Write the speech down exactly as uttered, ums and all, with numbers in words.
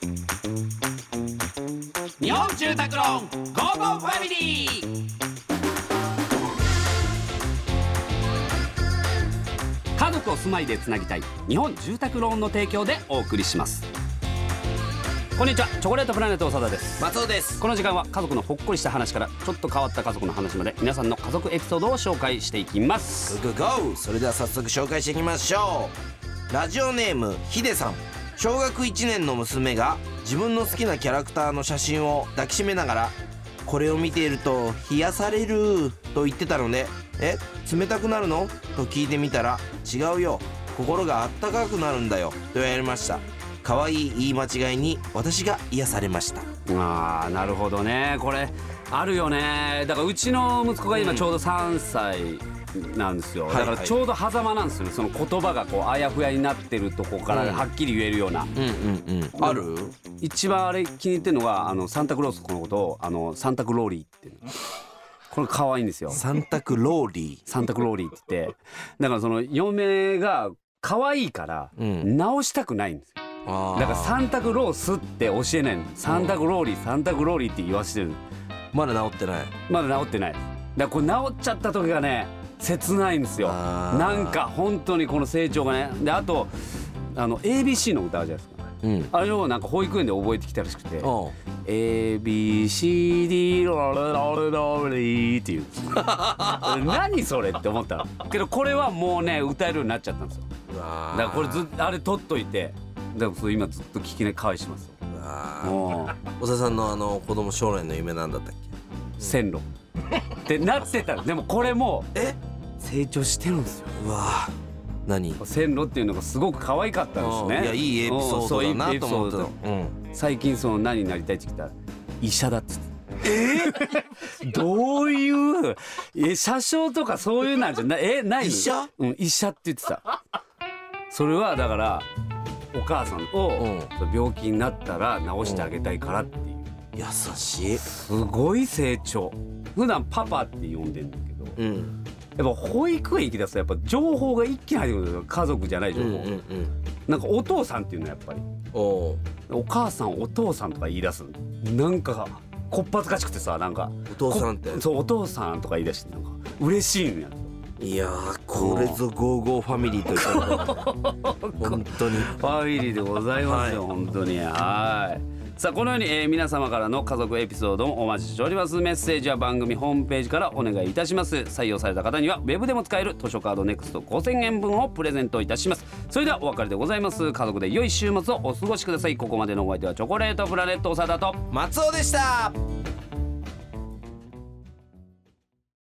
日本住宅ローンゴーゴーファミリー。家族を住まいでつなぎたい日本住宅ローンの提供でお送りします。こんにちは、チョコレートプラネット長田です。 松尾です。 この時間は家族のほっこりした話からちょっと変わった家族の話まで皆さんの家族エピソードを紹介していきます。 ゴーゴーゴー。それでは早速紹介していきましょう。ラジオネームヒデさん。小学いちねんの娘が自分の好きなキャラクターの写真を抱きしめながら、これを見ていると冷やされると言ってたので、え冷たくなるのと聞いてみたら、違うよ、心があったかくなるんだよと言われました。可愛い言い間違いに私が癒されました。 あー、なるほどね。これあるよね。だからうちの息子が今ちょうどさんさいなんですよ、うん、だからちょうど狭間なんですよね。その言葉がこうあやふやになってるとこからはっきり言えるような、うんうんうんうん、ある。 一番あれ気に入ってるのがあのサンタクロースのことをあのサンタクローリーっていうの、これ可愛いんですよ。 サンタクローリー、 サンタクローリーって言って、だからその嫁が可愛いから直したくないんですよ、うん、だからサンタクロースって教えないの。サンタクローリー、サンタクローリーって言わせてるの。 まだ治ってない。 まだ治ってない。だからこれ治っちゃった時がね切ないんですよ。なんか本当にこの成長がね。であとあの エービーシー の歌あるじゃないですか、うん、あれをなんか保育園で覚えてきたらしくて エービーシーディー ロロロロロリーっていう何それって思ったけど、これはもうね歌えるようになっちゃったんですよ。だからこれずっとあれ取っといて、だから今ずっと聞き返しますよ。 小田さんのあの子供将来の夢なんだったっけ？ 線路ってなってたらでもこれもえ成長してるんですよ。 うわ何？ 線路っていうのがすごく可愛かったんですね。 いや、いいエピソードだなと思ってた、うん、 最近その何になりたいって聞いたら医者だっつってえー、どういうえ車掌とかそういうなんじゃなえないの？ 医者？ うん、医者って言ってた。それはだからお母さんを病気になったら治してあげたいからっていう。 優しい。 すごい成長。普段パパって呼んでんだけど、うん、やっぱ保育園行きだすとやっぱ情報が一気に入ってくるんですよ。家族じゃない情報、うんうんうん、なんかお父さんっていうのはやっぱり お, お母さんお父さんとか言い出す。なんかこっぱずかしくてさ、なんかお父さんってそうお父さんとか言い出してなんか嬉しいんや。 いやーこれぞゴーゴーファミリーというか本当にファミリーでございますよ、はい、本当に。はい。さあこのように、えー、皆様からの家族エピソードもお待ちしております。メッセージは番組ホームページからお願いいたします。採用された方にはウェブでも使える図書カードネクストごせんえんぶんをプレゼントいたします。それではお別れでございます。家族で良い週末をお過ごしください。ここまでのお相手はチョコレートプラネット長田と松尾でした。